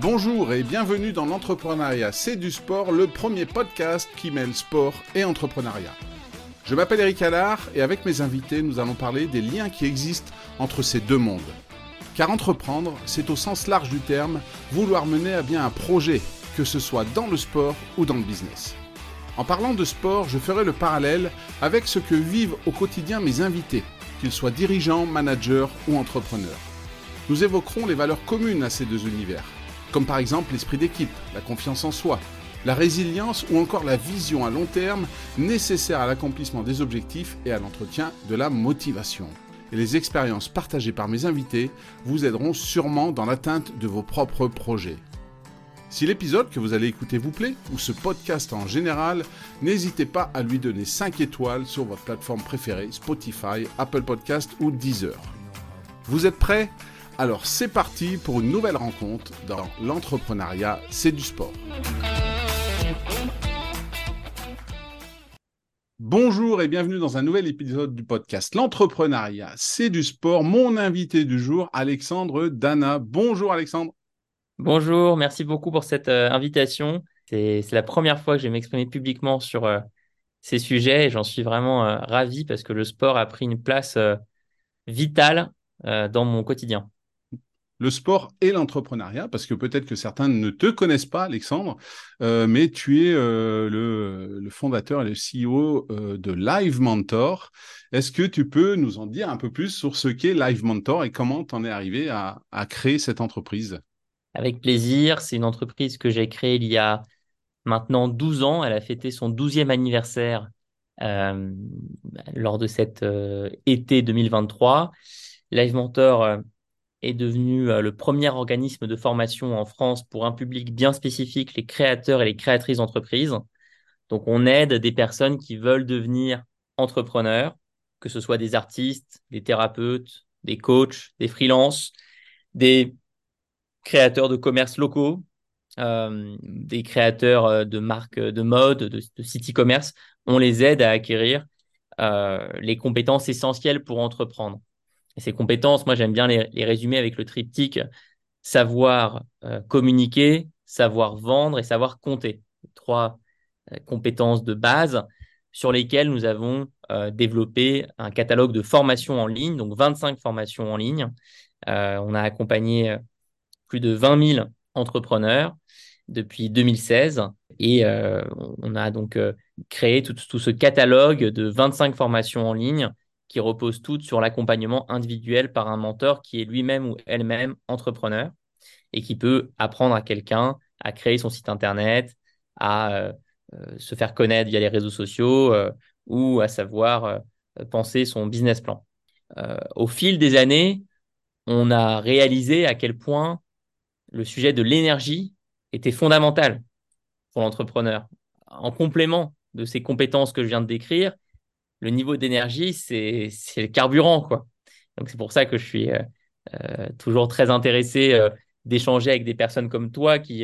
Bonjour et bienvenue dans l'entrepreneuriat, c'est du sport, le premier podcast qui mêle sport et entrepreneuriat. Je m'appelle Eric Allard et avec mes invités, nous allons parler des liens qui existent entre ces deux mondes. Car entreprendre, c'est au sens large du terme, vouloir mener à bien un projet, que ce soit dans le sport ou dans le business. En parlant de sport, je ferai le parallèle avec ce que vivent au quotidien mes invités, qu'ils soient dirigeants, managers ou entrepreneurs. Nous évoquerons les valeurs communes à ces deux univers, comme par exemple l'esprit d'équipe, la confiance en soi, la résilience ou encore la vision à long terme nécessaire à l'accomplissement des objectifs et à l'entretien de la motivation. Et les expériences partagées par mes invités vous aideront sûrement dans l'atteinte de vos propres projets. Si l'épisode que vous allez écouter vous plaît, ou ce podcast en général, n'hésitez pas à lui donner 5 étoiles sur votre plateforme préférée, Spotify, Apple Podcast ou Deezer. Vous êtes prêts ? Alors c'est parti pour une nouvelle rencontre dans l'entrepreneuriat, c'est du sport. Bonjour et bienvenue dans un nouvel épisode du podcast L'entrepreneuriat, c'est du sport. Mon invité du jour, Alexandre Dana. Bonjour Alexandre. Bonjour, merci beaucoup pour cette invitation. C'est la première fois que je vais m'exprimer publiquement sur ces sujets et j'en suis vraiment ravi parce que le sport a pris une place vitale dans mon quotidien. Le sport et l'entrepreneuriat, parce que peut-être que certains ne te connaissent pas, Alexandre, mais tu es le fondateur et le CEO de Live Mentor. Est-ce que tu peux nous en dire un peu plus sur ce qu'est Live Mentor et comment tu en es arrivé à créer cette entreprise? Avec plaisir, c'est une entreprise que j'ai créée il y a maintenant 12 ans. Elle a fêté son 12e anniversaire euh, lors de cet été 2023. Live Mentor est devenu le premier organisme de formation en France pour un public bien spécifique, les créateurs et les créatrices d'entreprises. Donc, on aide des personnes qui veulent devenir entrepreneurs, que ce soit des artistes, des thérapeutes, des coachs, des freelances, des créateurs de commerces locaux, des créateurs de marques de mode, de sites e-commerce. On les aide à acquérir les compétences essentielles pour entreprendre. Et ces compétences, moi, j'aime bien les résumer avec le triptyque savoir communiquer, savoir vendre et savoir compter. Trois compétences de base sur lesquelles nous avons développé un catalogue de formations en ligne, donc 25 formations en ligne. On a accompagné plus de 20 000 entrepreneurs depuis 2016 et on a donc créé tout ce catalogue de 25 formations en ligne qui reposent toutes sur l'accompagnement individuel par un mentor qui est lui-même ou elle-même entrepreneur et qui peut apprendre à quelqu'un à créer son site internet, à se faire connaître via les réseaux sociaux ou à savoir penser son business plan. Au fil des années, on a réalisé à quel point le sujet de l'énergie était fondamental pour l'entrepreneur. En complément de ces compétences que je viens de décrire, le niveau d'énergie, c'est le carburant, quoi. Donc c'est pour ça que je suis toujours très intéressé d'échanger avec des personnes comme toi qui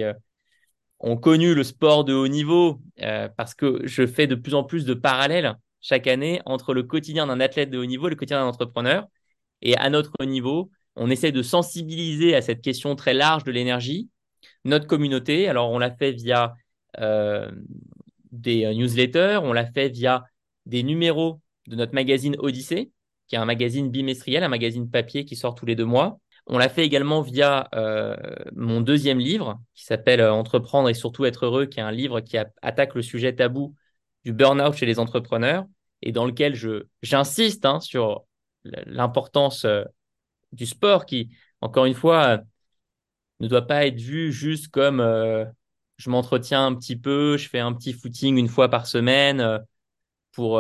ont connu le sport de haut niveau parce que je fais de plus en plus de parallèles chaque année entre le quotidien d'un athlète de haut niveau et le quotidien d'un entrepreneur. Et à notre niveau, on essaie de sensibiliser à cette question très large de l'énergie, notre communauté. Alors, on l'a fait via euh, des newsletters, on l'a fait via des numéros de notre magazine Odyssée, qui est un magazine bimestriel, un magazine papier qui sort tous les 2 mois. On l'a fait également via mon deuxième livre qui s'appelle Entreprendre et surtout être heureux, qui est un livre qui attaque le sujet tabou du burn-out chez les entrepreneurs et dans lequel j'insiste sur l'importance du sport qui, encore une fois, ne doit pas être vu juste comme je m'entretiens un petit peu, je fais un petit footing une fois par semaine pour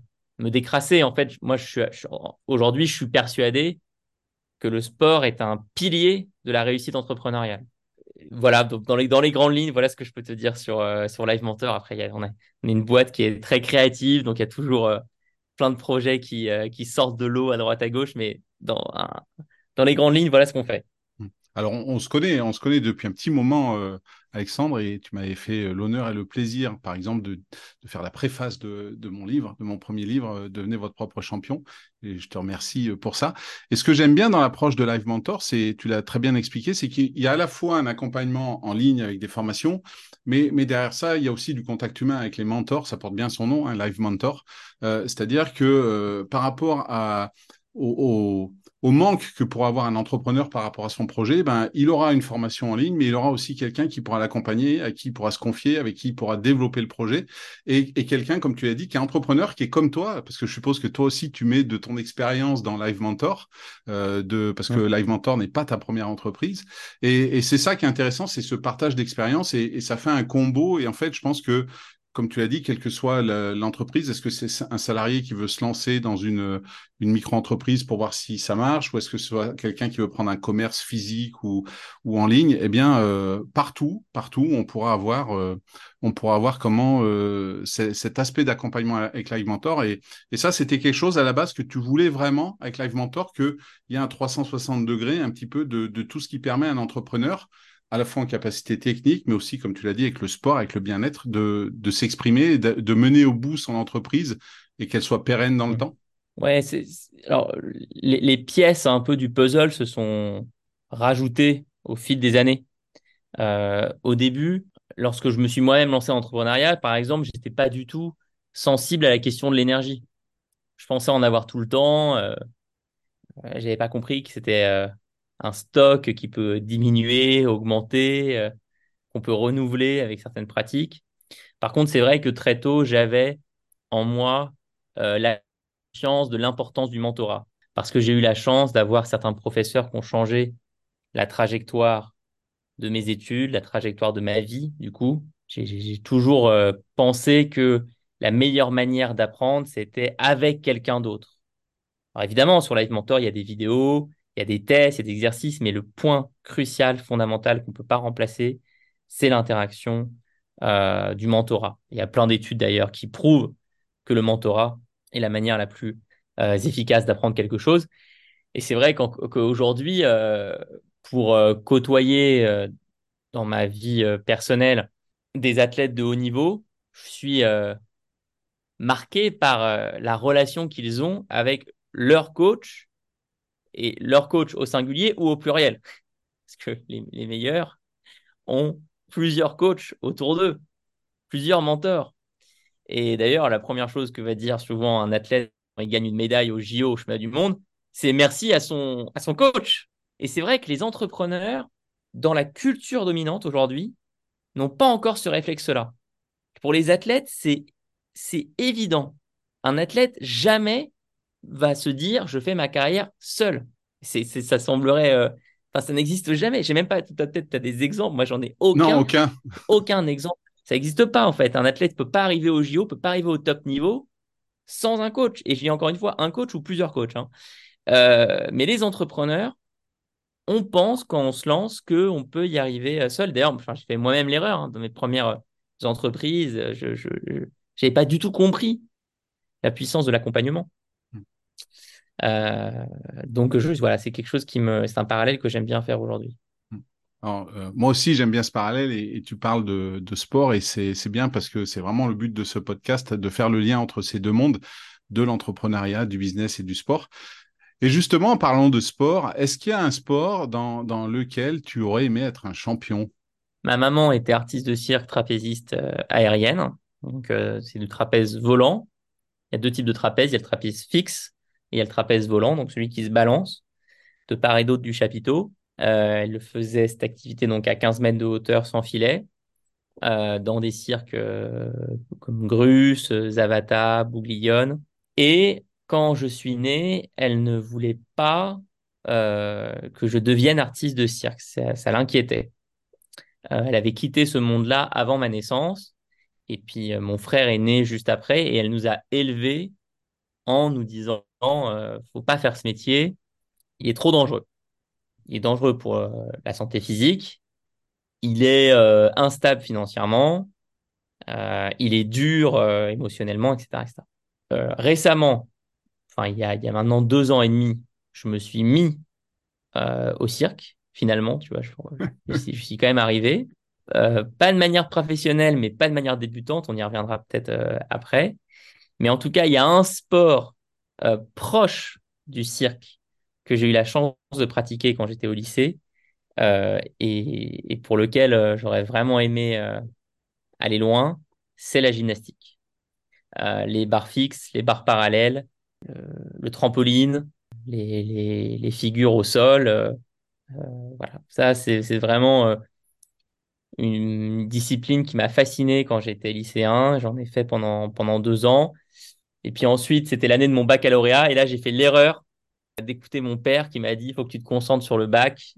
me décrasser. En fait, moi, aujourd'hui, je suis persuadé que le sport est un pilier de la réussite entrepreneuriale. Voilà, donc dans les grandes lignes, voilà ce que je peux te dire sur Live Mentor. Après, on est une boîte qui est très créative, donc il y a toujours plein de projets qui sortent de l'eau à droite à gauche, mais dans les grandes lignes, voilà ce qu'on fait. Alors, on se connaît depuis un petit moment, Alexandre, et tu m'avais fait l'honneur et le plaisir, par exemple, de faire la préface de mon livre, de mon premier livre, Devenez votre propre champion. Et je te remercie pour ça. Et ce que j'aime bien dans l'approche de Live Mentor, c'est, tu l'as très bien expliqué, c'est qu'il y a à la fois un accompagnement en ligne avec des formations, mais derrière ça, il y a aussi du contact humain avec les mentors. Ça porte bien son nom, un Live Mentor. C'est-à-dire que par rapport au, au manque que pourra avoir un entrepreneur par rapport à son projet, ben, il aura une formation en ligne, mais il aura aussi quelqu'un qui pourra l'accompagner, à qui il pourra se confier, avec qui il pourra développer le projet, et quelqu'un, comme tu l'as dit, qui est entrepreneur, qui est comme toi, parce que je suppose que toi aussi, tu mets de ton expérience dans Live Mentor, parce que Mm. Live Mentor n'est pas ta première entreprise. Et c'est ça qui est intéressant, c'est ce partage d'expérience, et ça fait un combo, et en fait, je pense que comme tu l'as dit, quelle que soit l'entreprise, est-ce que c'est un salarié qui veut se lancer dans une micro-entreprise pour voir si ça marche, ou est-ce que ce soit quelqu'un qui veut prendre un commerce physique ou en ligne? Eh bien, partout, on pourra avoir comment cet aspect d'accompagnement avec Live Mentor. Et ça, c'était quelque chose à la base que tu voulais vraiment avec Live Mentor, qu'il y a un 360 degrés un petit peu de tout ce qui permet à un entrepreneur à la fois en capacité technique, mais aussi, comme tu l'as dit, avec le sport, avec le bien-être, de s'exprimer, de mener au bout son entreprise et qu'elle soit pérenne dans le Mm. temps. Ouais, alors les pièces un peu du puzzle se sont rajoutées au fil des années. Au début, lorsque je me suis moi-même lancé en entrepreneuriat, par exemple, j'étais pas du tout sensible à la question de l'énergie. Je pensais en avoir tout le temps. J'avais pas compris que c'était un stock qui peut diminuer, augmenter, qu'on peut renouveler avec certaines pratiques. Par contre, c'est vrai que très tôt, j'avais en moi la conscience de l'importance du mentorat. Parce que j'ai eu la chance d'avoir certains professeurs qui ont changé la trajectoire de mes études, la trajectoire de ma vie. Du coup, j'ai toujours pensé que la meilleure manière d'apprendre, c'était avec quelqu'un d'autre. Alors évidemment, sur Live Mentor, il y a des vidéos, il y a des tests, il y a des exercices, mais le point crucial, fondamental qu'on ne peut pas remplacer, c'est l'interaction du mentorat. Il y a plein d'études d'ailleurs qui prouvent que le mentorat est la manière la plus efficace d'apprendre quelque chose. Et c'est vrai qu'aujourd'hui, pour côtoyer dans ma vie personnelle des athlètes de haut niveau, je suis marqué par la relation qu'ils ont avec leur coach et leur coach au singulier ou au pluriel. Parce que les meilleurs ont plusieurs coachs autour d'eux, plusieurs mentors. Et d'ailleurs, la première chose que va dire souvent un athlète quand il gagne une médaille au JO, au championnat du monde, c'est merci à son coach. Et c'est vrai que les entrepreneurs, dans la culture dominante aujourd'hui, n'ont pas encore ce réflexe-là. Pour les athlètes, c'est évident. Un athlète jamais va se dire je fais ma carrière seul. Ça semblerait, enfin, ça n'existe jamais. J'ai même pas, peut-être tu as des exemples. Moi, j'en ai Non, aucun, aucun. aucun exemple. Ça n'existe pas en fait. Un athlète peut pas arriver au JO, peut pas arriver au top niveau sans un coach. Et je dis encore une fois, un coach ou plusieurs coachs, hein. Mais les entrepreneurs, on pense quand on se lance qu'on peut y arriver seul. D'ailleurs, enfin, j'ai fait moi-même l'erreur hein, dans mes premières entreprises. Je n'avais pas du tout compris la puissance de l'accompagnement. Euh, donc, voilà, c'est quelque chose c'est un parallèle que j'aime bien faire aujourd'hui. Alors, moi aussi, j'aime bien ce parallèle et tu parles de sport et c'est bien parce que c'est vraiment le but de ce podcast, de faire le lien entre ces deux mondes, de l'entrepreneuriat, du business et du sport. Et justement, en parlant de sport, est-ce qu'il y a un sport dans lequel tu aurais aimé être un champion? Ma maman était artiste de cirque, trapéziste aérienne. Donc, c'est du trapèze volant. Il y a deux types de trapèze. Il y a le trapèze fixe et il y a le trapèze volant, donc celui qui se balance de part et d'autre du chapiteau. Elle faisait cette activité donc à 15 mètres de hauteur sans filet, dans des cirques comme Grus, Zavata, Bouglione. Et quand je suis né, elle ne voulait pas que je devienne artiste de cirque. Ça l'inquiétait. Elle avait quitté ce monde-là avant ma naissance. Et puis mon frère est né juste après et elle nous a élevés en nous disant faut pas faire ce métier, il est trop dangereux. Il est dangereux pour la santé physique, il est instable financièrement, il est dur émotionnellement, etc., etc. Récemment, enfin il y a maintenant 2 ans et demi, je me suis mis au cirque, finalement, tu vois, je suis quand même arrivé. Pas de manière professionnelle, mais pas de manière débutante, on y reviendra peut-être après. Mais en tout cas, il y a un sport proche du cirque que j'ai eu la chance de pratiquer quand j'étais au lycée et pour lequel j'aurais vraiment aimé aller loin, c'est la gymnastique. Les barres fixes, les barres parallèles, le trampoline, les figures au sol. Voilà, ça c'est vraiment une discipline qui m'a fasciné quand j'étais lycéen. J'en ai fait pendant 2 ans. Et puis ensuite, c'était l'année de mon baccalauréat. Et là, j'ai fait l'erreur d'écouter mon père qui m'a dit, il faut que tu te concentres sur le bac,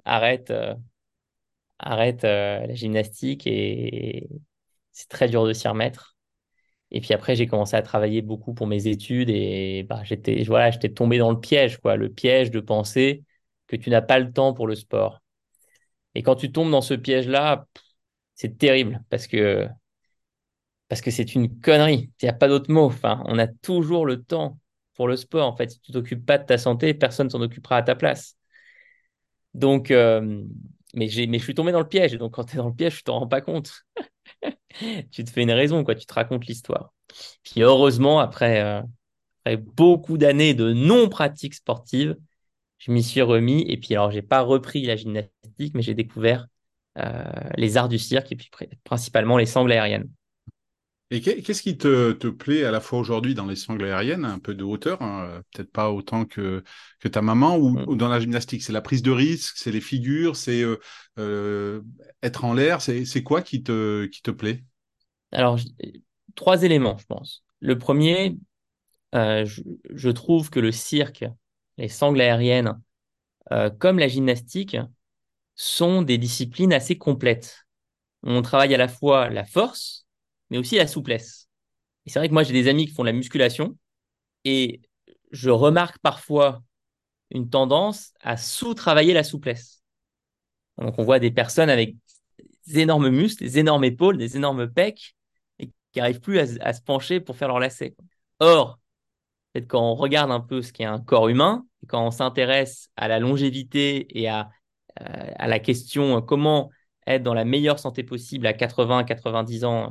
arrête la gymnastique. Et c'est très dur de s'y remettre. Et puis après, j'ai commencé à travailler beaucoup pour mes études et bah, j'étais tombé dans le piège, quoi, le piège de penser que tu n'as pas le temps pour le sport. Et quand tu tombes dans ce piège-là, c'est terrible parce que c'est une connerie. Il n'y a pas d'autre mot. Enfin, on a toujours le temps pour le sport. En fait, si tu t'occupes pas de ta santé, personne s'en occupera à ta place. Donc, mais je suis tombé dans le piège. Et donc, quand tu es dans le piège, tu t'en rends pas compte. Tu te fais une raison, quoi. Tu te racontes l'histoire. Puis heureusement, après beaucoup d'années de non-pratique sportive, je m'y suis remis. Et puis alors, j'ai pas repris la gymnastique, mais j'ai découvert les arts du cirque et puis principalement les sangles aériennes. Et qu'est-ce qui te plaît à la fois aujourd'hui dans les sangles aériennes, un peu de hauteur, hein, peut-être pas autant que ta maman, ou Mm. dans la gymnastique? C'est la prise de risque, c'est les figures, c'est euh, être en l'air, c'est quoi qui te plaît? Alors, 3 éléments, je pense. Le premier, euh, je, je trouve que le cirque, les sangles aériennes, comme la gymnastique, sont des disciplines assez complètes. On travaille à la fois la force, mais aussi la souplesse. Et c'est vrai que moi, j'ai des amis qui font de la musculation et je remarque parfois une tendance à sous-travailler la souplesse. Donc, on voit des personnes avec des énormes muscles, des énormes épaules, des énormes pecs et qui n'arrivent plus à se pencher pour faire leur lacet. Or, peut-être quand on regarde un peu ce qu'est un corps humain, et quand on s'intéresse à la longévité et à la question comment être dans la meilleure santé possible à 80, 90 ans,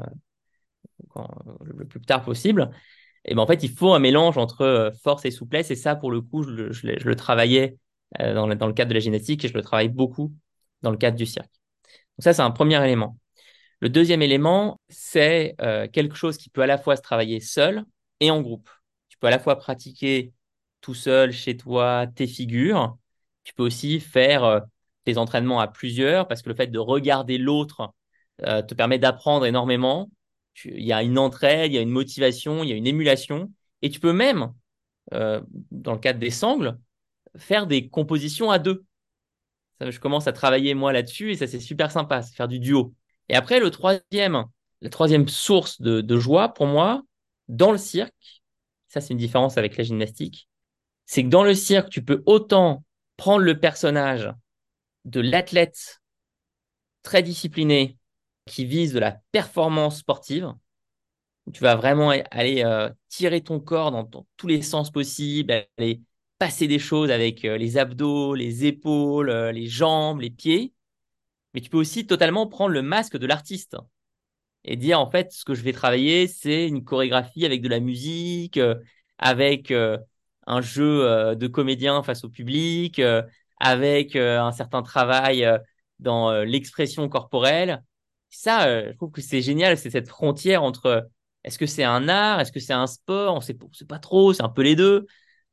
le plus tard possible, et ben en fait, il faut un mélange entre force et souplesse. Et ça, pour le coup, je le travaillais dans le cadre de la gymnastique et je le travaille beaucoup dans le cadre du cirque. Donc ça, c'est un premier élément. Le deuxième élément, c'est quelque chose qui peut à la fois se travailler seul et en groupe. Tu peux à la fois pratiquer tout seul chez toi tes figures. Tu peux aussi faire tes entraînements à plusieurs parce que le fait de regarder l'autre te permet d'apprendre énormément. Il y a une entraide, il y a une motivation, il y a une émulation. Et tu peux même, dans le cadre des sangles, faire des compositions à deux. Ça, je commence à travailler moi là-dessus et ça c'est super sympa, c'est faire du duo. Et après, la troisième source de joie pour moi, dans le cirque, ça c'est une différence avec la gymnastique, c'est que dans le cirque, tu peux autant prendre le personnage de l'athlète très discipliné qui vise de la performance sportive, où tu vas vraiment aller tirer ton corps dans tous les sens possibles, aller passer des choses avec les abdos, les épaules, les jambes, les pieds, mais tu peux aussi totalement prendre le masque de l'artiste et dire en fait ce que je vais travailler, c'est une chorégraphie avec de la musique, avec un jeu de comédien face au public, avec un certain travail dans l'expression corporelle. Ça, je trouve que c'est génial, c'est cette frontière entre est-ce que c'est un art, est-ce que c'est un sport, on sait pas trop, c'est un peu les deux.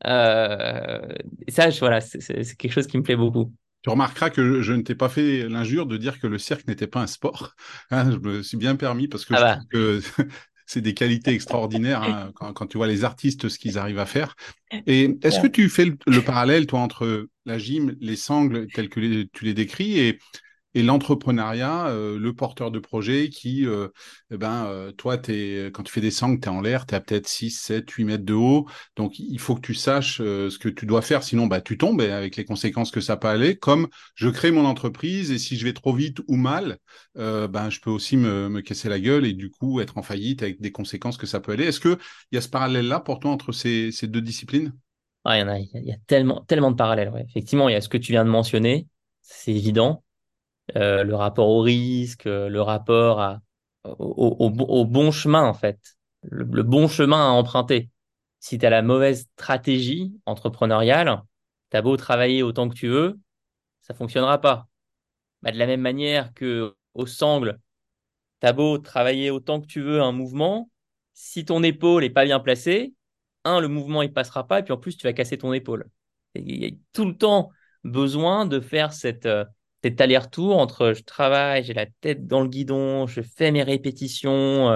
Et ça, voilà, c'est quelque chose qui me plaît beaucoup. Tu remarqueras que je ne t'ai pas fait l'injure de dire que le cirque n'était pas un sport. Hein, je me suis bien permis parce que Ah je trouve bah, que c'est des qualités extraordinaires, hein, quand tu vois les artistes, ce qu'ils arrivent à faire. Et est-ce que clair. tu fais le parallèle, toi, entre la gym, les sangles tels que tu les décris et l'entrepreneuriat, le porteur de projet qui, toi, quand tu fais des sangles, tu es en l'air, tu es à peut-être 6, 7, 8 mètres de haut. Donc, il faut que tu saches ce que tu dois faire. Sinon, tu tombes et avec les conséquences que ça peut aller. Comme je crée mon entreprise et si je vais trop vite ou mal, je peux aussi me casser la gueule et du coup être en faillite avec des conséquences que ça peut aller. Est-ce qu'il y a ce parallèle-là pour toi entre ces deux disciplines? Ah, il y en a, il y a tellement, tellement de parallèles. Ouais. Effectivement, il y a ce que tu viens de mentionner. c'est évident. Le rapport au risque, le rapport au bon chemin, en fait, le bon chemin à emprunter. Si tu as la mauvaise stratégie entrepreneuriale, tu as beau travailler autant que tu veux, ça fonctionnera pas. Bah, de la même manière que au sangle, t'as beau travailler autant que tu veux un mouvement, si ton épaule est pas bien placée, le mouvement il passera pas, et puis en plus tu vas casser ton épaule. Et il y a tout le temps besoin de faire cet aller-retour entre je travaille, j'ai la tête dans le guidon, je fais mes répétitions,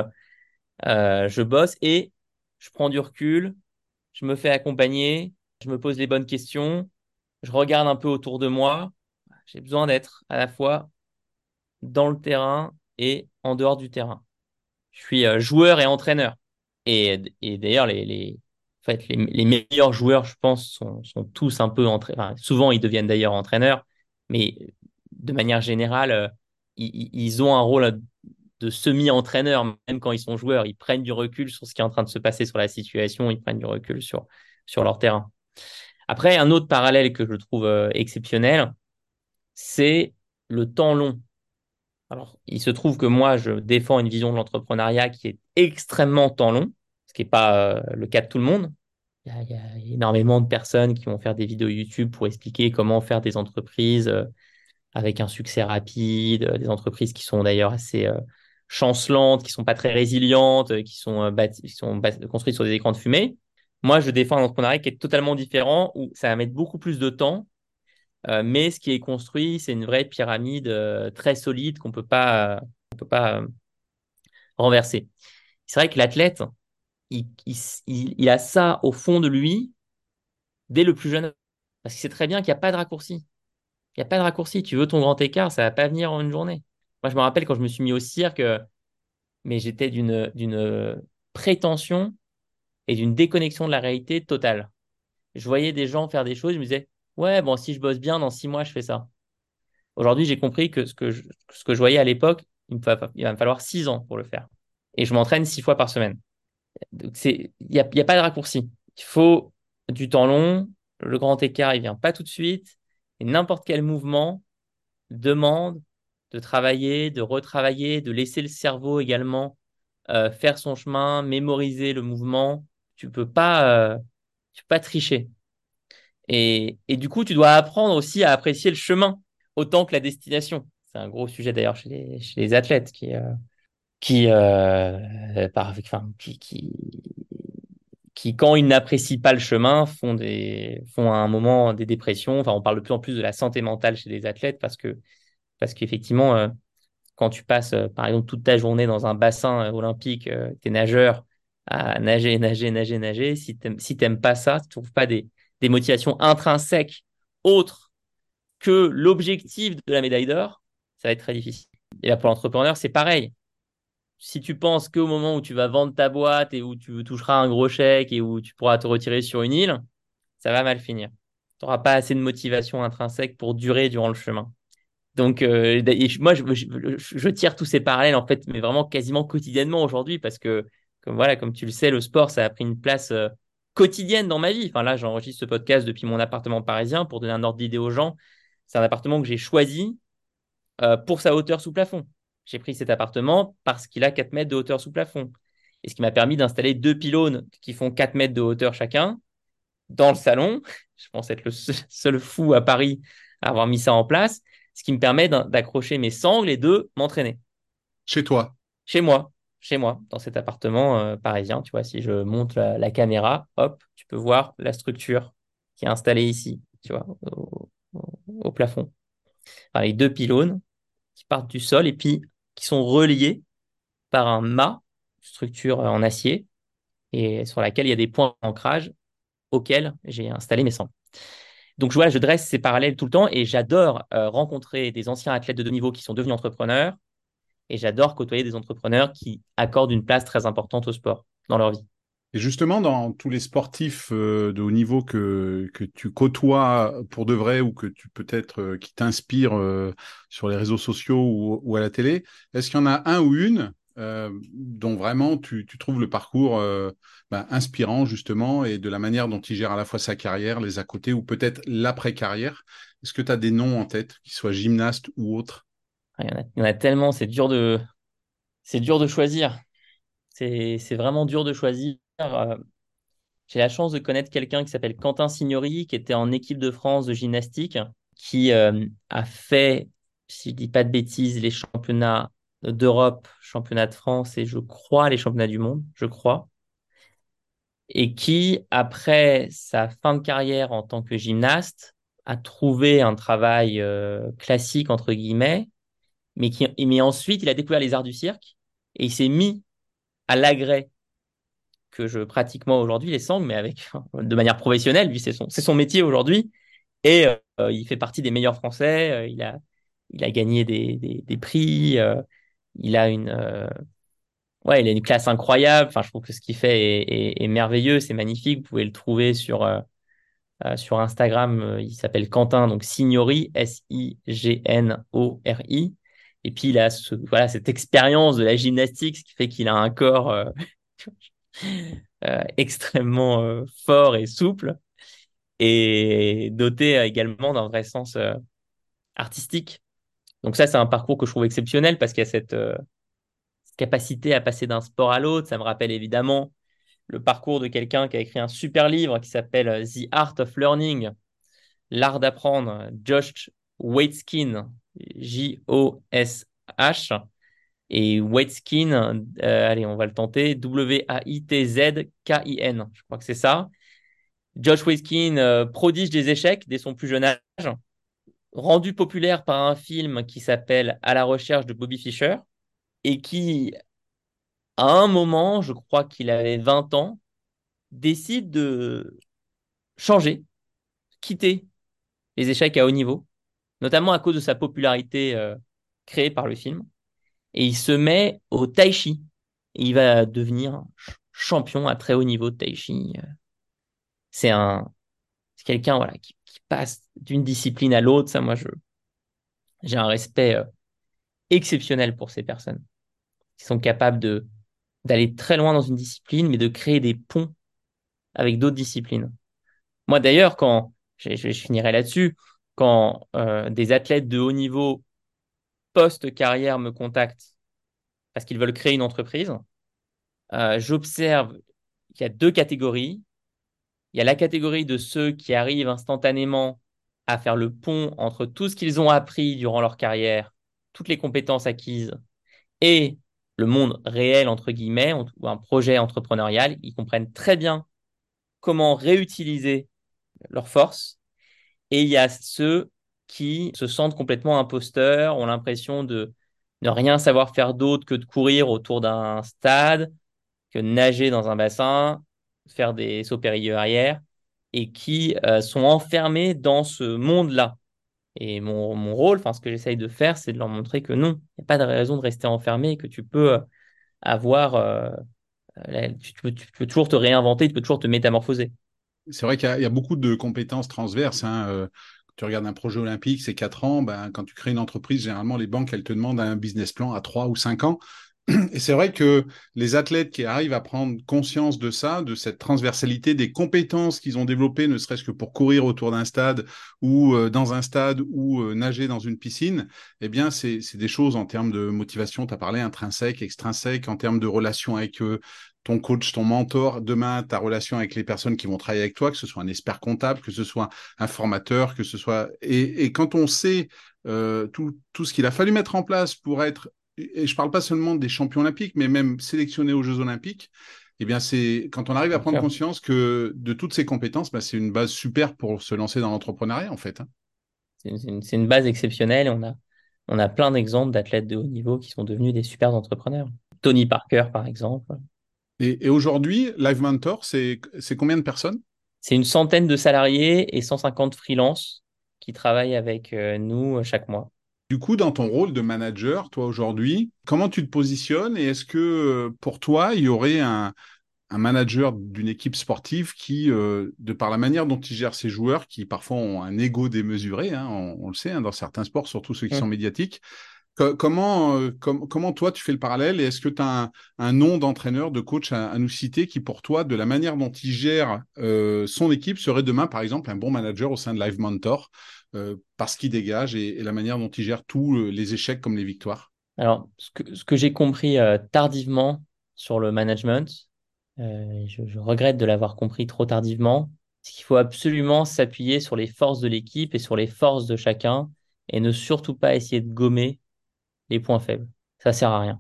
je bosse et je prends du recul, je me fais accompagner, je me pose les bonnes questions, je regarde un peu autour de moi. J'ai besoin d'être à la fois dans le terrain et en dehors du terrain. Je suis joueur et entraîneur. Et d'ailleurs, en fait, les meilleurs joueurs, je pense, sont tous un peu entraîneurs. Enfin, souvent, ils deviennent d'ailleurs entraîneurs, mais de manière générale, ils ont un rôle de semi-entraîneur, même quand ils sont joueurs. Ils prennent du recul sur ce qui est en train de se passer sur la situation, ils prennent du recul sur leur terrain. Après, un autre parallèle que je trouve exceptionnel, c'est le temps long. Alors, il se trouve que moi, je défends une vision de l'entrepreneuriat qui est extrêmement temps long, ce qui n'est pas le cas de tout le monde. Il y a énormément de personnes qui vont faire des vidéos YouTube pour expliquer comment faire des entreprises avec un succès rapide, des entreprises qui sont d'ailleurs assez chancelantes, qui sont pas très résilientes, qui sont construites sur des écrans de fumée. Moi, je défends un entrepreneuriat qui est totalement différent, où ça va mettre beaucoup plus de temps, mais ce qui est construit, c'est une vraie pyramide très solide qu'on peut pas renverser. C'est vrai que l'athlète, il a ça au fond de lui dès le plus jeune âge. Parce qu'il sait très bien qu'il n'y a pas de raccourci. Il n'y a pas de raccourci. Tu veux ton grand écart, ça ne va pas venir en une journée. Moi, je me rappelle quand je me suis mis au cirque, mais j'étais d'une prétention et d'une déconnexion de la réalité totale. Je voyais des gens faire des choses, je me disais, ouais, bon, si je bosse bien, dans 6 mois, je fais ça. Aujourd'hui, j'ai compris que ce que je voyais à l'époque, il va me falloir 6 ans pour le faire. Et je m'entraîne 6 fois par semaine. Donc, il y a pas de raccourci. Il faut du temps long. Le grand écart, il vient pas tout de suite. Et n'importe quel mouvement demande de travailler, de retravailler, de laisser le cerveau également faire son chemin, mémoriser le mouvement. Tu peux pas tricher. Et du coup, tu dois apprendre aussi à apprécier le chemin autant que la destination. C'est un gros sujet d'ailleurs chez les athlètes qui, quand ils n'apprécient pas le chemin, font à un moment des dépressions. Enfin, on parle de plus en plus de la santé mentale chez les athlètes parce qu'effectivement, quand tu passes, par exemple, toute ta journée dans un bassin olympique, tu es nageur, à nager, nager, nager, nager, si t'aimes pas ça, si tu trouves pas des motivations intrinsèques autres que l'objectif de la médaille d'or, ça va être très difficile. Et là, pour l'entrepreneur, c'est pareil. Si tu penses qu'au moment où tu vas vendre ta boîte et où tu toucheras un gros chèque et où tu pourras te retirer sur une île, ça va mal finir. Tu n'auras pas assez de motivation intrinsèque pour durer durant le chemin. Donc, moi, je tire tous ces parallèles, en fait, mais vraiment quasiment quotidiennement aujourd'hui, parce que, comme tu le sais, le sport, ça a pris une place quotidienne dans ma vie. Enfin, là, j'enregistre ce podcast depuis mon appartement parisien pour donner un ordre d'idée aux gens. C'est un appartement que j'ai choisi pour sa hauteur sous plafond. J'ai pris cet appartement parce qu'il a 4 mètres de hauteur sous plafond. Et ce qui m'a permis d'installer 2 pylônes qui font 4 mètres de hauteur chacun dans le salon. Je pense être le seul fou à Paris à avoir mis ça en place, ce qui me permet d'accrocher mes sangles et de m'entraîner. Chez toi. Chez moi, dans cet appartement parisien. Tu vois, si je monte la caméra, hop, tu peux voir la structure qui est installée ici, tu vois, au plafond. Enfin, les 2 pylônes qui partent du sol et puis qui sont reliés par un mât, structure en acier, et sur laquelle il y a des points d'ancrage auxquels j'ai installé mes sangles. Donc, voilà, je dresse ces parallèles tout le temps et j'adore rencontrer des anciens athlètes de haut niveau qui sont devenus entrepreneurs et j'adore côtoyer des entrepreneurs qui accordent une place très importante au sport dans leur vie. Et justement, dans tous les sportifs de haut niveau que tu côtoies pour de vrai ou que tu peut-être qui t'inspirent sur les réseaux sociaux ou à la télé, est-ce qu'il y en a un ou une dont vraiment tu trouves le parcours inspirant justement et de la manière dont il gère à la fois sa carrière, les à côté ou peut-être l'après-carrière. Est-ce que tu as des noms en tête, qu'ils soient gymnastes ou autres? Il y en a tellement, c'est dur de choisir. C'est vraiment dur de choisir. J'ai la chance de connaître quelqu'un qui s'appelle Quentin Signori, qui était en équipe de France de gymnastique, qui a fait, si je dis pas de bêtises, les championnats d'Europe, championnats de France et je crois les championnats du monde, je crois, et qui, après sa fin de carrière en tant que gymnaste, a trouvé un travail classique, entre guillemets, mais ensuite, il a découvert les arts du cirque et il s'est mis à l'agrès que je pratique moi aujourd'hui, les sangles, mais de manière professionnelle. Lui, c'est son métier aujourd'hui. Et il fait partie des meilleurs Français. Il a gagné des prix. Il a une classe incroyable. Enfin, je trouve que ce qu'il fait est merveilleux. C'est magnifique. Vous pouvez le trouver sur Instagram. Il s'appelle Quentin, donc Signori, Signori. Et puis, il a voilà, cette expérience de la gymnastique, ce qui fait qu'il a un corps extrêmement fort et souple et doté également d'un vrai sens artistique. Donc ça, c'est un parcours que je trouve exceptionnel parce qu'il y a cette capacité à passer d'un sport à l'autre. Ça me rappelle évidemment le parcours de quelqu'un qui a écrit un super livre qui s'appelle The Art of Learning, l'art d'apprendre, Josh Waitzkin, Josh. Et Waitzkin, allez, on va le tenter, Waitzkin. Je crois que c'est ça. Josh Waitzkin, prodige des échecs dès son plus jeune âge, rendu populaire par un film qui s'appelle À la recherche de Bobby Fischer, et qui, à un moment, je crois qu'il avait 20 ans, décide de changer, quitter les échecs à haut niveau, notamment à cause de sa popularité créée par le film, et il se met au tai chi. Et il va devenir champion à très haut niveau de tai chi. C'est un, c'est quelqu'un voilà, qui passe d'une discipline à l'autre. Ça, moi, j'ai un respect exceptionnel pour ces personnes qui sont capables d'aller très loin dans une discipline, mais de créer des ponts avec d'autres disciplines. Moi, d'ailleurs, je finirai là-dessus, quand des athlètes de haut niveau post-carrière me contactent parce qu'ils veulent créer une entreprise, j'observe qu'il y a deux catégories. Il y a la catégorie de ceux qui arrivent instantanément à faire le pont entre tout ce qu'ils ont appris durant leur carrière, toutes les compétences acquises, et le monde réel, entre guillemets, ou un projet entrepreneurial. Ils comprennent très bien comment réutiliser leurs forces. Et il y a ceux qui se sentent complètement imposteurs, ont l'impression de ne rien savoir faire d'autre que de courir autour d'un stade, que de nager dans un bassin, faire des sauts périlleux arrière, et qui sont enfermés dans ce monde-là. Et mon rôle, enfin ce que j'essaye de faire, c'est de leur montrer que non, il n'y a pas de raison de rester enfermé, que tu peux avoir, tu peux toujours te réinventer, tu peux toujours te métamorphoser. C'est vrai qu'il y a beaucoup de compétences transverses, hein. Quand tu regardes un projet olympique, c'est 4 ans. Quand tu crées une entreprise, généralement, les banques, elles te demandent un business plan à 3 ou 5 ans. Et c'est vrai que les athlètes qui arrivent à prendre conscience de ça, de cette transversalité, des compétences qu'ils ont développées, ne serait-ce que pour courir autour d'un stade ou dans un stade ou nager dans une piscine, eh bien, c'est des choses en termes de motivation, tu as parlé intrinsèque, extrinsèque, en termes de relation avec ton coach, ton mentor, demain, ta relation avec les personnes qui vont travailler avec toi, que ce soit un expert comptable, que ce soit un formateur, que ce soit... Et quand on sait tout ce qu'il a fallu mettre en place pour être et je parle pas seulement des champions olympiques, mais même sélectionnés aux Jeux olympiques, eh bien, c'est quand on arrive à Bien prendre sûr. conscience que de toutes ces compétences, c'est une base super pour se lancer dans l'entrepreneuriat, en fait, hein. C'est une base exceptionnelle. On a plein d'exemples d'athlètes de haut niveau qui sont devenus des super entrepreneurs. Tony Parker, par exemple. Et aujourd'hui, Live Mentor, c'est combien de personnes? C'est une centaine de salariés et 150 freelances qui travaillent avec nous chaque mois. Du coup, dans ton rôle de manager, toi aujourd'hui, comment tu te positionnes et est-ce que pour toi, il y aurait un manager d'une équipe sportive qui, de par la manière dont il gère ses joueurs, qui parfois ont un ego démesuré, hein, on le sait, hein, dans certains sports, surtout ceux qui sont Hum. médiatiques, Comment toi tu fais le parallèle et est-ce que tu as un nom d'entraîneur, de coach à nous citer qui pour toi, de la manière dont il gère son équipe, serait demain par exemple un bon manager au sein de Live Mentor parce qu'il dégage et la manière dont il gère tous les échecs comme les victoires? Alors, ce que j'ai compris tardivement sur le management, je regrette de l'avoir compris trop tardivement, c'est qu'il faut absolument s'appuyer sur les forces de l'équipe et sur les forces de chacun et ne surtout pas essayer de gommer les points faibles. Ça sert à rien.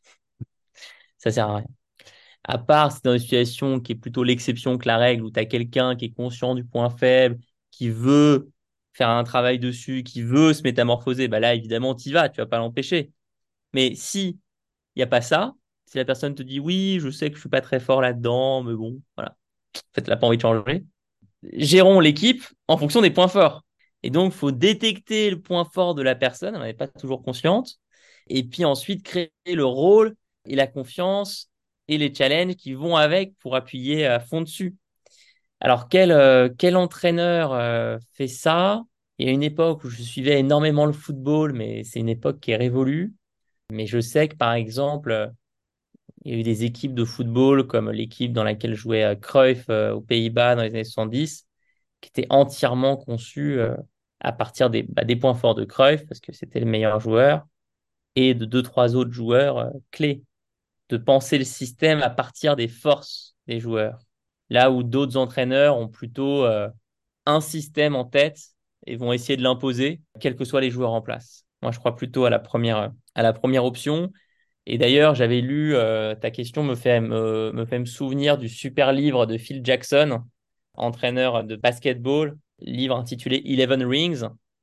Ça sert à rien. À part, c'est dans une situation qui est plutôt l'exception que la règle, où tu as quelqu'un qui est conscient du point faible, qui veut faire un travail dessus, qui veut se métamorphoser, bah là, évidemment, tu y vas, tu vas pas l'empêcher. Mais si il n'y a pas ça, si la personne te dit oui, je sais que je suis pas très fort là-dedans, mais bon, voilà, en fait, elle n'a pas envie de changer. Gérons l'équipe en fonction des points forts. Et donc, il faut détecter le point fort de la personne, elle n'est pas toujours consciente, et puis ensuite créer le rôle et la confiance et les challenges qui vont avec pour appuyer à fond dessus. Alors, quel entraîneur fait ça? Il y a une époque où je suivais énormément le football, mais c'est une époque qui est révolue. Mais je sais que, par exemple, il y a eu des équipes de football comme l'équipe dans laquelle jouait Cruyff aux Pays-Bas dans les années 70, qui étaient entièrement conçues à partir des points forts de Cruyff, parce que c'était le meilleur joueur, et de deux, trois autres joueurs clés, de penser le système à partir des forces des joueurs. Là où d'autres entraîneurs ont plutôt un système en tête et vont essayer de l'imposer, quels que soient les joueurs en place. Moi, je crois plutôt à la première option. Et d'ailleurs, j'avais lu, ta question me fait me souvenir du super livre de Phil Jackson, entraîneur de basketball, livre intitulé Eleven Rings.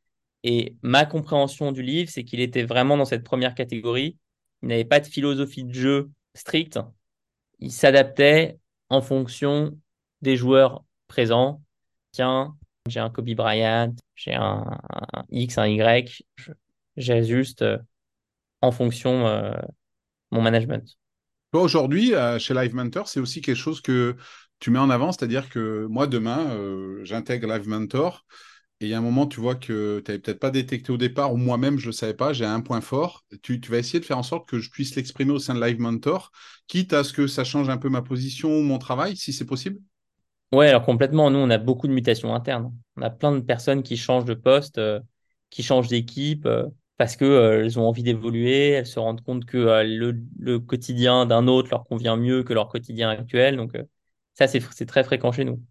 Et ma compréhension du livre, c'est qu'il était vraiment dans cette première catégorie. Il n'avait pas de philosophie de jeu stricte. Il s'adaptait en fonction des joueurs présents. Tiens, j'ai un Kobe Bryant, j'ai un X, un Y. J'ajuste en fonction mon management. Toi, aujourd'hui, chez Live Mentor, c'est aussi quelque chose que tu mets en avant, c'est-à-dire que moi, demain, j'intègre Live Mentor et il y a un moment, tu vois que tu n'avais peut-être pas détecté au départ, ou moi-même, je ne le savais pas, j'ai un point fort. Tu vas essayer de faire en sorte que je puisse l'exprimer au sein de Live Mentor, quitte à ce que ça change un peu ma position ou mon travail, si c'est possible. Ouais, alors complètement, nous, on a beaucoup de mutations internes. On a plein de personnes qui changent de poste, qui changent d'équipe, parce que, elles ont envie d'évoluer, elles se rendent compte que, le quotidien d'un autre leur convient mieux que leur quotidien actuel. Donc, ça, c'est très fréquent chez nous.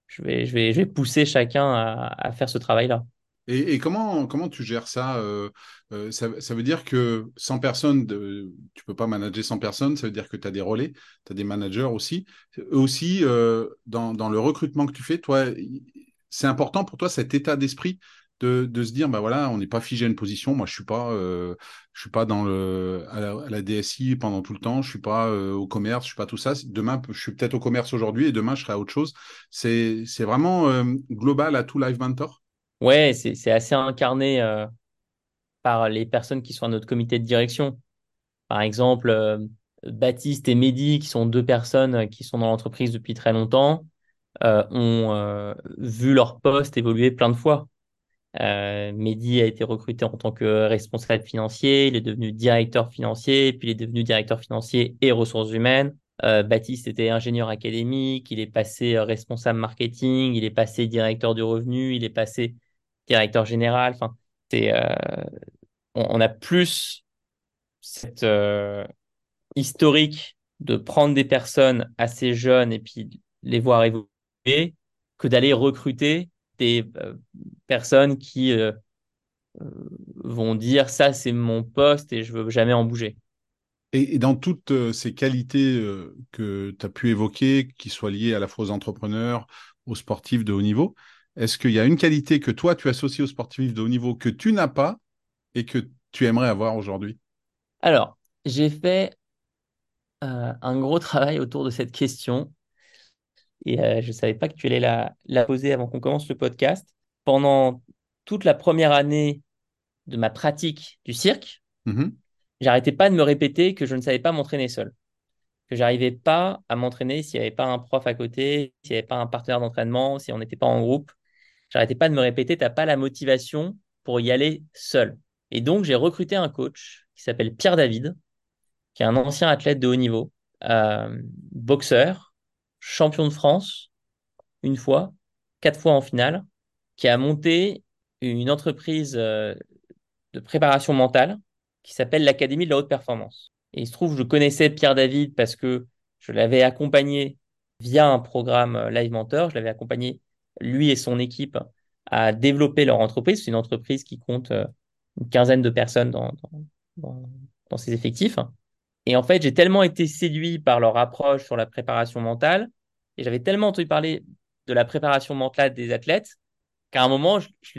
Je vais pousser chacun à faire ce travail-là. Et comment tu gères ça, ça veut dire que 100 personnes, tu peux pas manager 100 personnes, ça veut dire que tu as des relais, tu as des managers aussi. Eux aussi, dans le recrutement que tu fais, toi, c'est important pour toi cet état d'esprit de se dire, bah voilà, on n'est pas figé à une position. Moi, je suis pas à la DSI pendant tout le temps, je suis pas au commerce, je suis pas tout ça. Demain, je suis peut-être au commerce aujourd'hui et demain, je serai à autre chose. C'est vraiment global à tout Live Mentor. Ouais, c'est assez incarné, par les personnes qui sont à notre comité de direction. Par exemple, Baptiste et Mehdi, qui sont deux personnes qui sont dans l'entreprise depuis très longtemps, ont vu leur poste évoluer plein de fois. Mehdi a été recruté en tant que responsable financier, il est devenu directeur financier, puis il est devenu directeur financier et ressources humaines. Baptiste était ingénieur académique, il est passé responsable marketing, il est passé directeur du revenu, il est passé directeur général. Enfin, c'est, on a plus cette historique de prendre des personnes assez jeunes et puis les voir évoluer que d'aller recruter des personnes qui vont dire ça c'est mon poste et je veux jamais en bouger. Et dans toutes ces qualités que tu as pu évoquer, qui soient liées à la fois aux entrepreneurs, aux sportifs de haut niveau, est-ce qu'il y a une qualité que toi, tu associes aux sportifs de haut niveau que tu n'as pas et que tu aimerais avoir aujourd'hui? Alors, j'ai fait un gros travail autour de cette question et je ne savais pas que tu allais la poser avant qu'on commence le podcast. Pendant toute la première année de ma pratique du cirque, Mhm. j'arrêtais pas de me répéter que je ne savais pas m'entraîner seul, que j'arrivais pas à m'entraîner s'il n'y avait pas un prof à côté, s'il n'y avait pas un partenaire d'entraînement, si on n'était pas en groupe. J'arrêtais pas de me répéter, t'as pas la motivation pour y aller seul. Et donc, j'ai recruté un coach qui s'appelle Pierre David, qui est un ancien athlète de haut niveau, boxeur, champion de France une fois, 4 fois en finale, qui a monté une entreprise de préparation mentale qui s'appelle l'Académie de la haute performance. Et il se trouve que je connaissais Pierre David parce que je l'avais accompagné via un programme Live Mentor. Je l'avais accompagné, lui et son équipe, à développer leur entreprise. C'est une entreprise qui compte une quinzaine de personnes dans, dans ses effectifs. Et en fait, j'ai tellement été séduit par leur approche sur la préparation mentale et j'avais tellement entendu parler de la préparation mentale des athlètes qu'à un moment,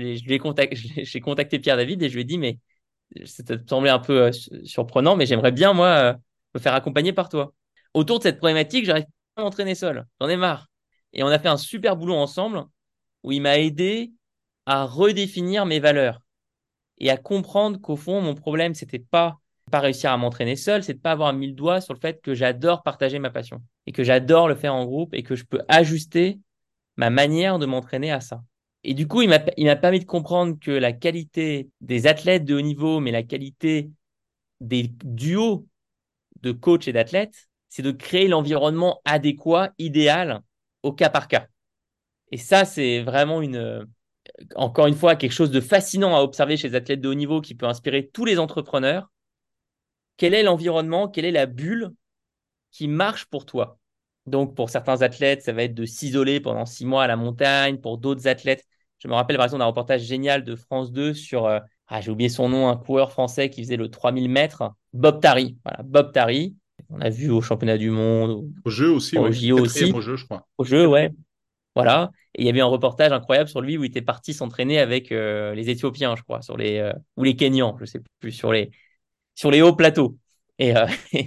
j'ai contacté Pierre David et je lui ai dit, mais ça te semblait un peu surprenant, mais j'aimerais bien, moi, me faire accompagner par toi. Autour de cette problématique, j'arrive pas à m'entraîner seul. J'en ai marre. Et on a fait un super boulot ensemble où il m'a aidé à redéfinir mes valeurs et à comprendre qu'au fond, mon problème, c'était pas réussir à m'entraîner seul, c'est de pas avoir mis le doigt sur le fait que j'adore partager ma passion et que j'adore le faire en groupe et que je peux ajuster ma manière de m'entraîner à ça. Et du coup, il m'a permis de comprendre que la qualité des athlètes de haut niveau, mais la qualité des duos de coachs et d'athlètes, c'est de créer l'environnement adéquat, idéal, au cas par cas. Et ça, c'est vraiment encore une fois, quelque chose de fascinant à observer chez les athlètes de haut niveau qui peut inspirer tous les entrepreneurs. Quel est l'environnement, quelle est la bulle qui marche pour toi? Donc, pour certains athlètes, ça va être de s'isoler pendant 6 mois à la montagne. Pour d'autres athlètes, je me rappelle par exemple d'un reportage génial de France 2 sur, j'ai oublié son nom, un coureur français qui faisait le 3000 mètres, Bob Tari. Voilà, Bob Tari. On a vu au championnat du monde, Au jeu aussi, au ouais. JO Quatrième aussi, au jeu, je crois. au jeu, ouais. Voilà. Et il y avait un reportage incroyable sur lui où il était parti s'entraîner avec les Éthiopiens, je crois, ou les Kenyans, je sais plus, sur les hauts plateaux. Et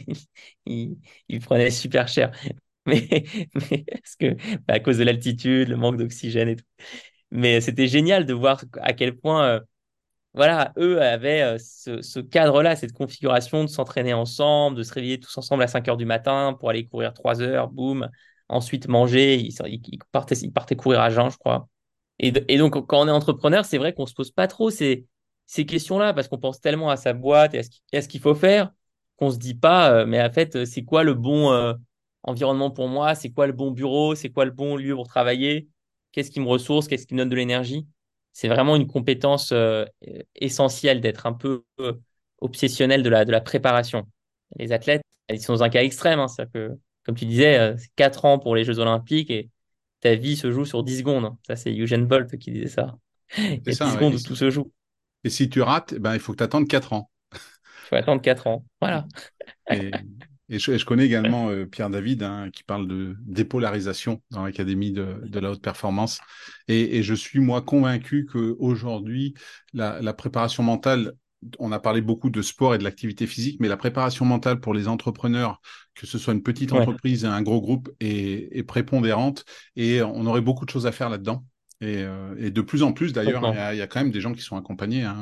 il, il prenait super cher. Mais, mais parce que, à cause de l'altitude, le manque d'oxygène et tout. Mais c'était génial de voir à quel point, voilà, eux avaient ce cadre-là, cette configuration de s'entraîner ensemble, de se réveiller tous ensemble à 5 heures du matin pour aller courir 3 heures, boum. Ensuite manger, ils partaient courir à jeun, je crois. Et donc, quand on est entrepreneur, c'est vrai qu'on se pose pas trop ces questions-là parce qu'on pense tellement à sa boîte et à ce qu'il faut faire qu'on se dit pas, mais en fait, c'est quoi le bon environnement pour moi? C'est quoi le bon bureau? C'est quoi le bon lieu pour travailler? Qu'est-ce qui me ressource? Qu'est-ce qui me donne de l'énergie? C'est vraiment une compétence essentielle d'être un peu obsessionnel de la préparation. Les athlètes, ils sont dans un cas extrême, hein, c'est-à-dire que, comme tu disais, c'est 4 ans pour les Jeux Olympiques et ta vie se joue sur 10 secondes. Ça, c'est Usain Bolt qui disait ça. Il C'est y a 10 ça, ouais. secondes où tout se joue. Et si tu rates, ben, il faut que tu attendes 4 ans. Il faut attendre 4 ans. Voilà. Et, et je connais également Pierre David, hein, qui parle de dépolarisation dans l'Académie de la haute performance. Et je suis, moi, convaincu qu'aujourd'hui, la préparation mentale, on a parlé beaucoup de sport et de l'activité physique, mais la préparation mentale pour les entrepreneurs, que ce soit une petite Ouais, entreprise, un gros groupe, est prépondérante. Et on aurait beaucoup de choses à faire là-dedans. Et de plus en plus, d'ailleurs, complètement. il y a quand même des gens qui sont accompagnés, hein,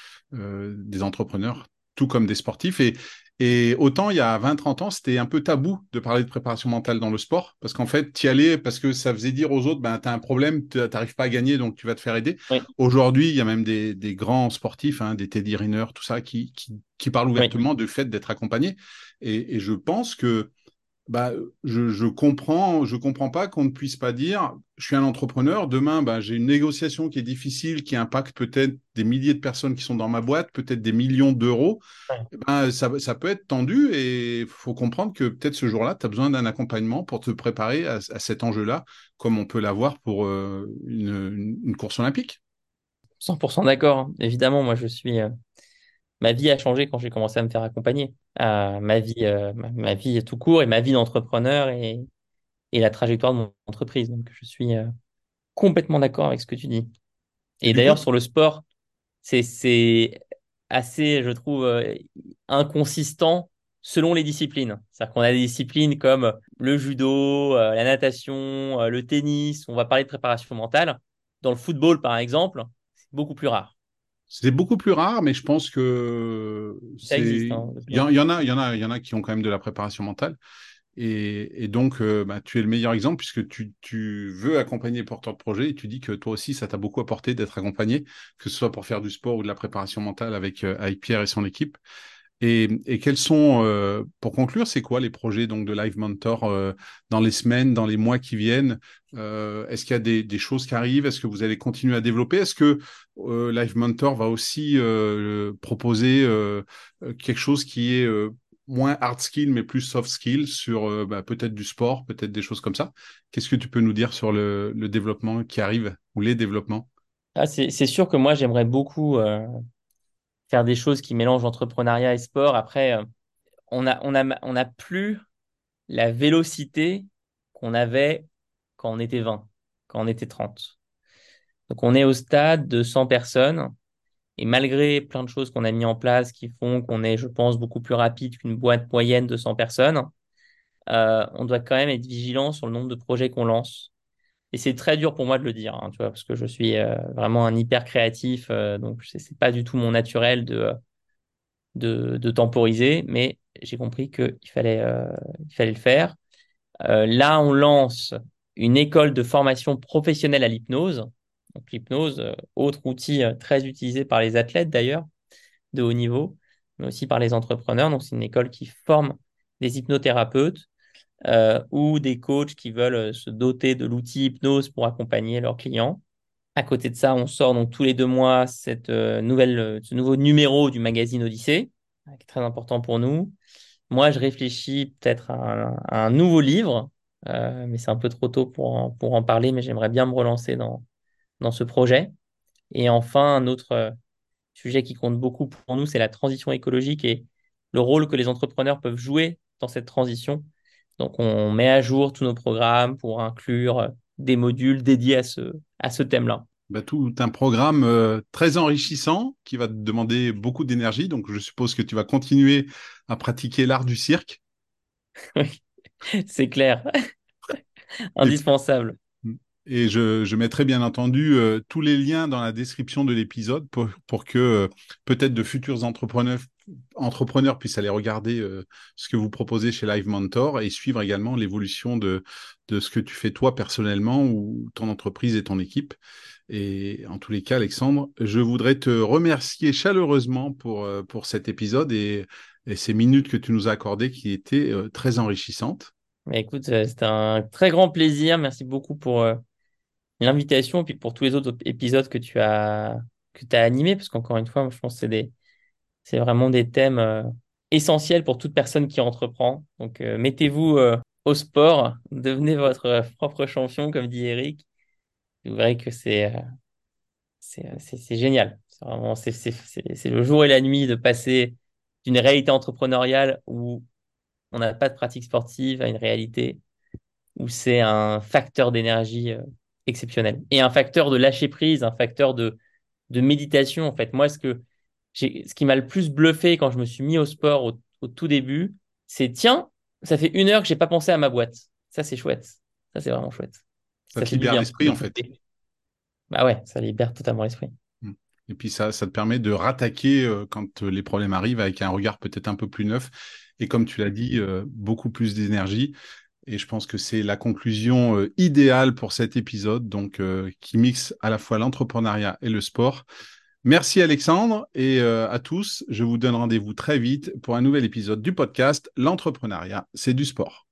des entrepreneurs, tout comme des sportifs. Et autant il y a 20-30 ans, c'était un peu tabou de parler de préparation mentale dans le sport, parce qu'en fait, tu y allais parce que ça faisait dire aux autres, ben, tu as un problème, tu n'arrives pas à gagner, donc tu vas te faire aider. Oui, Aujourd'hui, il y a même des grands sportifs, hein, des Teddy Riner, tout ça, qui parlent oui, ouvertement du fait d'être accompagnés. Et je pense que bah, je comprends pas qu'on ne puisse pas dire, je suis un entrepreneur, demain, bah, j'ai une négociation qui est difficile, qui impacte peut-être des milliers de personnes qui sont dans ma boîte, peut-être des millions d'euros. ouais. Eh ben, ça peut être tendu et il faut comprendre que peut-être ce jour-là, tu as besoin d'un accompagnement pour te préparer à cet enjeu-là, comme on peut l'avoir pour une course olympique. 100% d'accord, hein. Évidemment, moi, ma vie a changé quand j'ai commencé à me faire accompagner. Ma vie tout court et ma vie d'entrepreneur et la trajectoire de mon entreprise. Donc, je suis complètement d'accord avec ce que tu dis. Et Et du coup, d'ailleurs, sur le sport, c'est assez, je trouve, inconsistant selon les disciplines. C'est-à-dire qu'on a des disciplines comme le judo, la natation, le tennis, on va parler de préparation mentale. Dans le football, par exemple, c'est beaucoup plus rare. c'est beaucoup plus rare, mais je pense que Ça existe, c'est, hein, de il plus y, en en il plus. y en a, il y en a, il y en a qui ont quand même de la préparation mentale. Et donc, tu es le meilleur exemple puisque tu veux accompagner les porteurs de projets et tu dis que toi aussi, ça t'a beaucoup apporté d'être accompagné, que ce soit pour faire du sport ou de la préparation mentale avec Pierre et son équipe. Et quels sont, pour conclure, c'est quoi les projets donc de Live Mentor dans les semaines, dans les mois qui viennent? Est-ce qu'il y a des choses qui arrivent? Est-ce que vous allez continuer à développer? Est-ce que Live Mentor va aussi proposer quelque chose qui est moins hard skill, mais plus soft skill sur peut-être du sport, peut-être des choses comme ça? Qu'est-ce que tu peux nous dire sur le développement qui arrive ou les développements? Ah, c'est sûr que moi, j'aimerais beaucoup faire des choses qui mélangent entrepreneuriat et sport. Après, on a plus la vélocité qu'on avait quand on était 20, quand on était 30. Donc, on est au stade de 100 personnes. Et malgré plein de choses qu'on a mis en place qui font qu'on est, je pense, beaucoup plus rapide qu'une boîte moyenne de 100 personnes, on doit quand même être vigilant sur le nombre de projets qu'on lance. Et c'est très dur pour moi de le dire, hein, tu vois, parce que je suis vraiment un hyper créatif, donc c'est pas du tout mon naturel de temporiser, mais j'ai compris il fallait le faire. Là, on lance une école de formation professionnelle à l'hypnose. Donc l'hypnose, autre outil très utilisé par les athlètes d'ailleurs, de haut niveau, mais aussi par les entrepreneurs. Donc c'est une école qui forme des hypnothérapeutes ou des coachs qui veulent se doter de l'outil hypnose pour accompagner leurs clients. À côté de ça, on sort donc tous les 2 mois ce nouveau numéro du magazine Odyssée, qui est très important pour nous. Moi, je réfléchis peut-être à un nouveau livre, mais c'est un peu trop tôt pour en parler, mais j'aimerais bien me relancer dans ce projet. Et enfin, un autre sujet qui compte beaucoup pour nous, c'est la transition écologique et le rôle que les entrepreneurs peuvent jouer dans cette transition. Donc, on met à jour tous nos programmes pour inclure des modules dédiés à ce thème-là. Tout un programme très enrichissant qui va te demander beaucoup d'énergie. Donc, je suppose que tu vas continuer à pratiquer l'art du cirque. Oui, c'est clair, Et, indispensable. et je mettrai bien entendu tous les liens dans la description de l'épisode pour que peut-être de futurs entrepreneurs puissent aller regarder ce que vous proposez chez Live Mentor et suivre également l'évolution de ce que tu fais toi personnellement ou ton entreprise et ton équipe. Et en tous les cas, Alexandre, je voudrais te remercier chaleureusement pour cet épisode et ces minutes que tu nous as accordées qui étaient très enrichissantes. Mais écoute, c'était un très grand plaisir. Merci beaucoup pour l'invitation et puis pour tous les autres épisodes que tu as animés, parce qu'encore une fois, moi, je pense que c'est vraiment des thèmes essentiels pour toute personne qui entreprend. Donc, mettez-vous au sport, devenez votre propre champion, comme dit Eric. Vous verrez que c'est génial. C'est vraiment, c'est le jour et la nuit de passer d'une réalité entrepreneuriale où on n'a pas de pratique sportive à une réalité où c'est un facteur d'énergie exceptionnel et un facteur de lâcher prise, un facteur de méditation. En fait, moi, ce qui m'a le plus bluffé quand je me suis mis au sport au tout début, c'est tiens, ça fait 1 heure que j'ai pas pensé à ma boîte. Ça, c'est chouette. Ça, c'est vraiment chouette. Ça Ça te fait du libère bien l'esprit, de en fait. couper. Bah ouais, ça libère totalement l'esprit. Mm. Et puis ça te permet de rattaquer quand les problèmes arrivent avec un regard peut-être un peu plus neuf et comme tu l'as dit, beaucoup plus d'énergie. Et je pense que c'est la conclusion idéale pour cet épisode, donc qui mixe à la fois l'entrepreneuriat et le sport. Merci Alexandre et à tous. Je vous donne rendez-vous très vite pour un nouvel épisode du podcast L'entrepreneuriat, c'est du sport.